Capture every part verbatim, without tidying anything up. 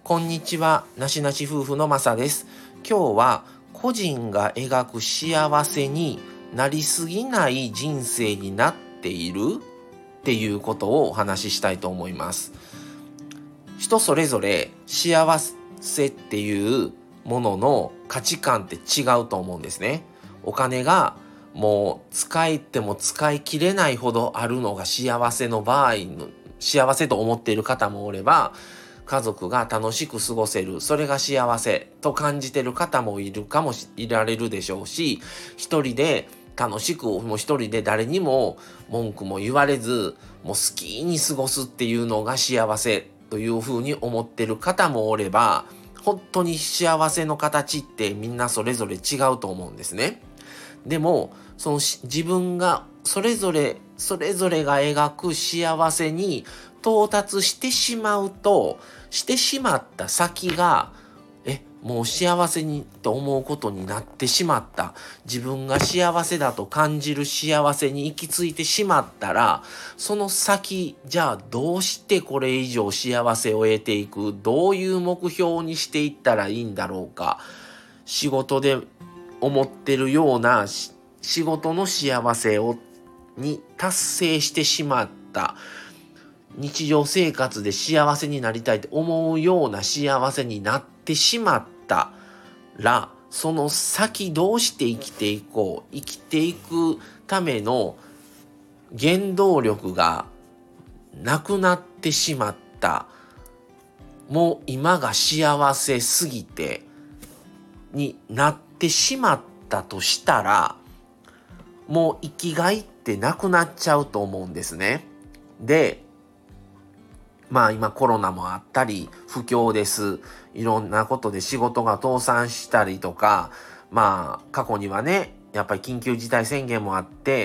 こんにちは、なしなし夫婦のまさです。今日は個人が描く幸せになりすぎない人生になっているっていうことをお話ししたいと思います。人それぞれ幸せっていうものの価値観って違うと思うんですね。お金がもう使えても使い切れないほどあるのが幸せの場合の幸せと思っている方もおれば、家族が楽しく過ごせる、それが幸せと感じている方もいるかもしいられるでしょうし、一人で楽しく、もう一人で誰にも文句も言われず、もう好きに過ごすっていうのが幸せというふうに思っている方もおれば、本当に幸せの形ってみんなそれぞれ違うと思うんですね。でもその自分がそれぞれそれぞれが描く幸せに到達してしまうと、してしまった先がえもう幸せにと思うことになってしまった、自分が幸せだと感じる幸せに行き着いてしまったら、その先じゃあどうしてこれ以上幸せを得ていく、どういう目標にしていったらいいんだろうか。仕事で思ってるような仕事の幸せをに達成してしまった、日常生活で幸せになりたいと思うような幸せになってしまったら、その先どうして生きていこう、生きていくための原動力がなくなってしまった、もう今が幸せすぎてになってしまったとしたら、もう生きがいってなくなっちゃうと思うんですね。で、まあ今コロナもあったり不況です。いろんなことで仕事が倒産したりとか、まあ過去にはね、やっぱり緊急事態宣言もあって、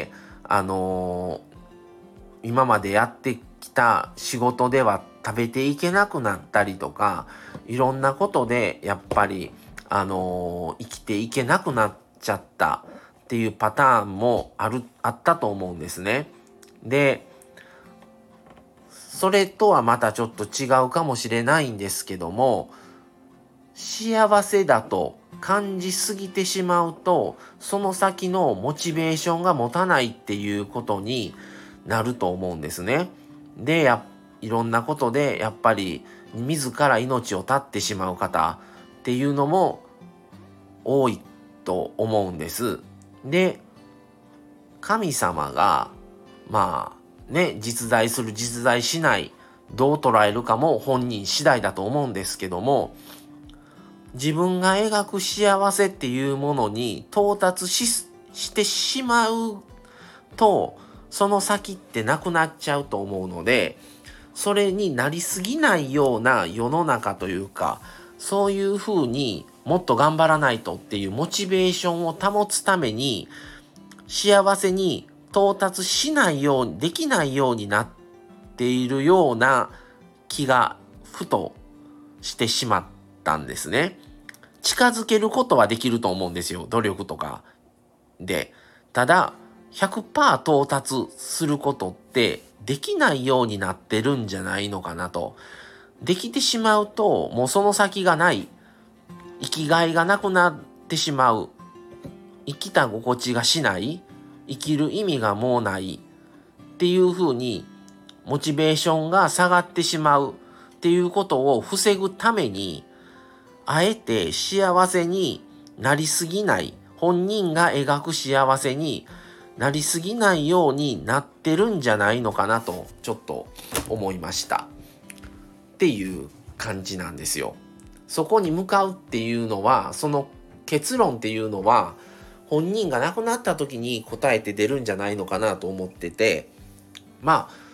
あのー、今までやってきた仕事では食べていけなくなったりとか、いろんなことでやっぱりあのー、生きていけなくなっちゃったっていうパターンもあるあったと思うんですね。で、それとはまたちょっと違うかもしれないんですけども、幸せだと感じすぎてしまうと、その先のモチベーションが持たないっていうことになると思うんですね。で、やいろんなことでやっぱり自ら命を絶ってしまう方っていうのも多いと思うんです。で、神様がまあね、実在する実在しない、どう捉えるかも本人次第だと思うんですけども、自分が描く幸せっていうものに到達 し, してしまうと、その先ってなくなっちゃうと思うので、それになりすぎないような世の中というか、そういうふうにもっと頑張らないとっていうモチベーションを保つために、幸せに到達しないようにできないようになっているような気がふとしてしまったんですね。近づけることはできると思うんですよ、努力とかで。ただ ひゃくパーセント 到達することってできないようになってるんじゃないのかなと。できてしまうともうその先がない、生きがいがなくなってしまう、生きた心地がしない、生きる意味がもうないっていう風にモチベーションが下がってしまうっていうことを防ぐために、あえて幸せになりすぎない、本人が描く幸せになりすぎないようになってるんじゃないのかなとちょっと思いましたっていう感じなんですよ。そこに向かうっていうのは、その結論っていうのは本人が亡くなった時に答えて出るんじゃないのかなと思ってて、まあ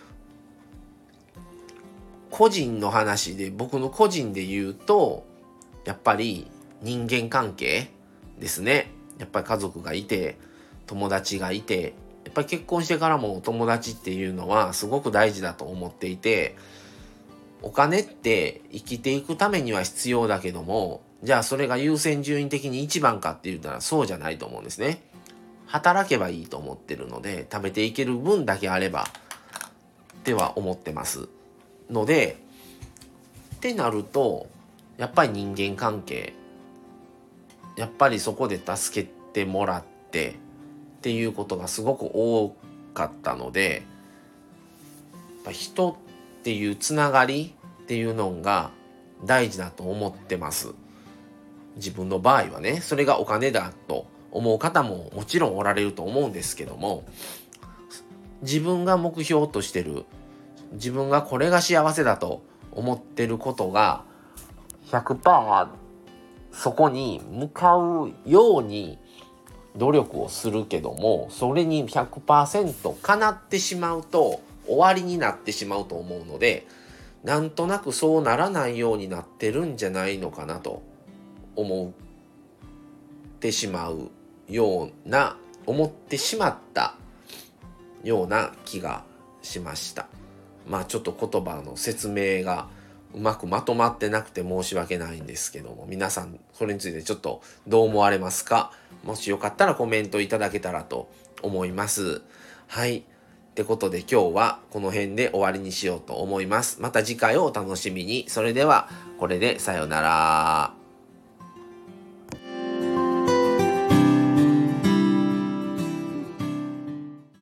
個人の話で、僕の個人で言うと、やっぱり人間関係ですね。やっぱり家族がいて、友達がいて、やっぱり結婚してからも友達っていうのはすごく大事だと思っていて、お金って生きていくためには必要だけども、じゃあそれが優先順位的に一番かって言ったらそうじゃないと思うんですね。働けばいいと思ってるので、食べていける分だけあればっては思ってますので、ってなるとやっぱり人間関係、やっぱりそこで助けてもらってっていうことがすごく多かったので、やっぱ人っていうつながりっていうのが大事だと思ってます。自分の場合はね、それがお金だと思う方ももちろんおられると思うんですけども、自分が目標としてる、自分がこれが幸せだと思ってることが ひゃくパーセント そこに向かうように努力をするけども、それに ひゃくパーセント 叶ってしまうと終わりになってしまうと思うので、なんとなくそうならないようになってるんじゃないのかなと思ってしまうような思ってしまったような気がしました。まあちょっと言葉の説明がうまくまとまってなくて申し訳ないんですけども、皆さんそれについてちょっとどう思われますか？もしよかったらコメントいただけたらと思います。はい。ってことで今日はこの辺で終わりにしようと思います。また次回をお楽しみに。それではこれでさようなら。